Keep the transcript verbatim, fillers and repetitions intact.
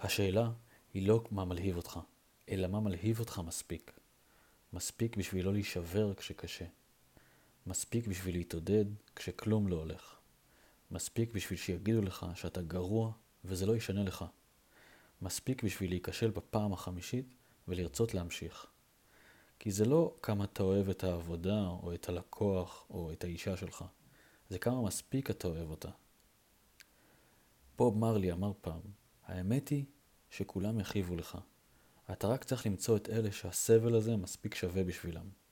השאלה היא לא מה מלהיב אותך, אלא מה מלהיב אותך מספיק. מספיק בשביל לא להישבר כשקשה. מספיק בשביל להתעודד כשכלום לא הולך. מספיק בשביל שיגידו לך שאתה גרוע וזה לא ישנה לך. מספיק בשביל להיכשל בפעם החמישית ולרצות להמשיך. כי זה לא כמה אתה אוהב את העבודה או את הלקוח או את האישה שלך. זה כמה מספיק אתה אוהב אותה. בוב מרלי אמר פעם, האמת היא שכולם יכאיבו לך. אתה רק צריך למצוא את אלה שהסבל הזה מספיק שווה בשבילם.